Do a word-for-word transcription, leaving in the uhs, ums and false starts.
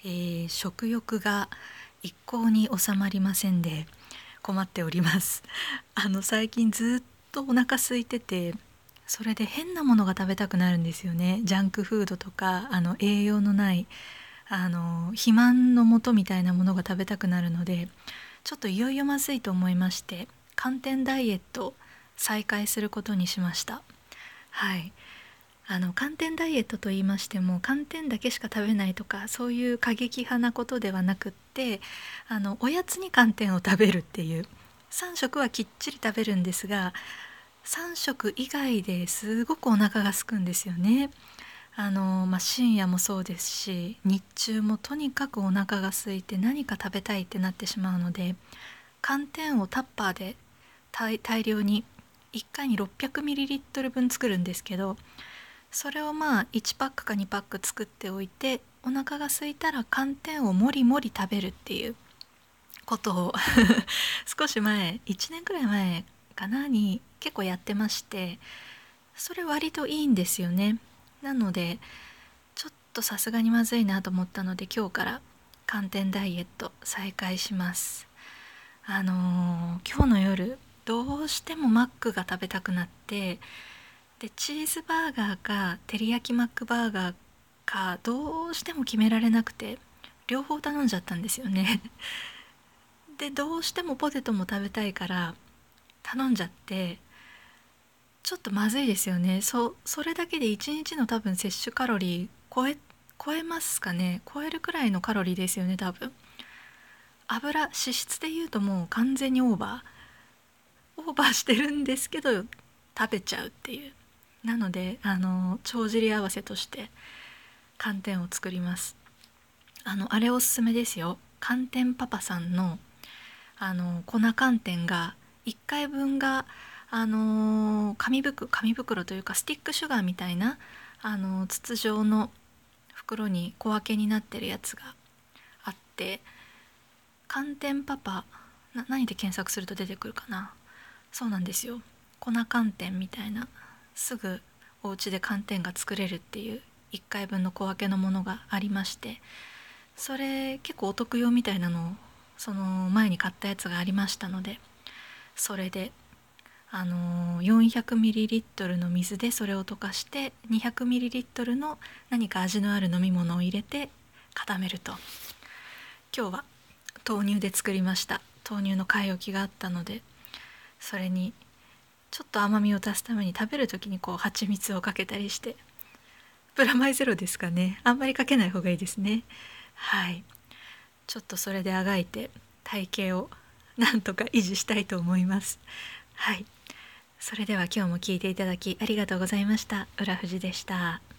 えー食欲が一向に収まりませんで困っておりますあの最近ずっとお腹空いてて、それで変なものが食べたくなるんですよね。ジャンクフードとか、あの栄養のないあの肥満の元みたいなものが食べたくなるので、ちょっといよいよまずいと思いまして、寒天ダイエットを再開することにしました。はい。あの寒天ダイエットと言いましても、寒天だけしか食べないとかそういう過激派なことではなくって、あのおやつに寒天を食べるっていう、さん食はきっちり食べるんですが、さん食以外ですごくお腹が空くんですよね。あの、まあ、深夜もそうですし、日中もとにかくお腹が空いて何か食べたいってなってしまうので、寒天をタッパーで大大量にいっかいに ろっぴゃくミリリットル 分作るんですけど、それをまあいちパックかにパック作っておいて、お腹が空いたら寒天をもりもり食べるっていうことを少し前、いちねんくらい前かなに結構やってまして、それ割といいんですよね。なのでちょっとさすがにまずいなと思ったので、今日から寒天ダイエット再開します。あのー今日の夜どうしてもマックが食べたくなって、でチーズバーガーか照り焼きマックバーガーかどうしても決められなくて、両方頼んじゃったんですよね。でどうしてもポテトも食べたいから頼んじゃって、ちょっとまずいですよね。そそれだけでいちにちの多分摂取カロリー超え超えますかね。超えるくらいのカロリーですよね多分。油脂質で言うともう完全にオーバーオーバーしてるんですけど、食べちゃうっていう。なのであの帳尻合わせとして寒天を作ります。あのあれおすすめですよ。寒天パパさんのあの粉寒天がいっかいぶんがあの紙袋紙袋というかスティックシュガーみたいな、あの筒状の袋に小分けになってるやつがあって、寒天パパな何で検索すると出てくるかな。そうなんですよ。粉寒天みたいな、すぐお家で寒天が作れるっていういっかいぶんの小分けのものがありまして、それ結構お得用みたいなのをその前に買ったやつがありましたので、それであの よんひゃくミリリットル の水でそれを溶かして にひゃくミリリットル の何か味のある飲み物を入れて固めると。今日は豆乳で作りました。豆乳の買い置きがあったので、それにちょっと甘みを足すために食べる時にこう蜂蜜をかけたりして、プラマイゼロですかね。あんまりかけない方がいいですね。はい。ちょっとそれであがいて体型をなんとか維持したいと思います。はい。それでは今日も聞いていただきありがとうございました。浦富士でした。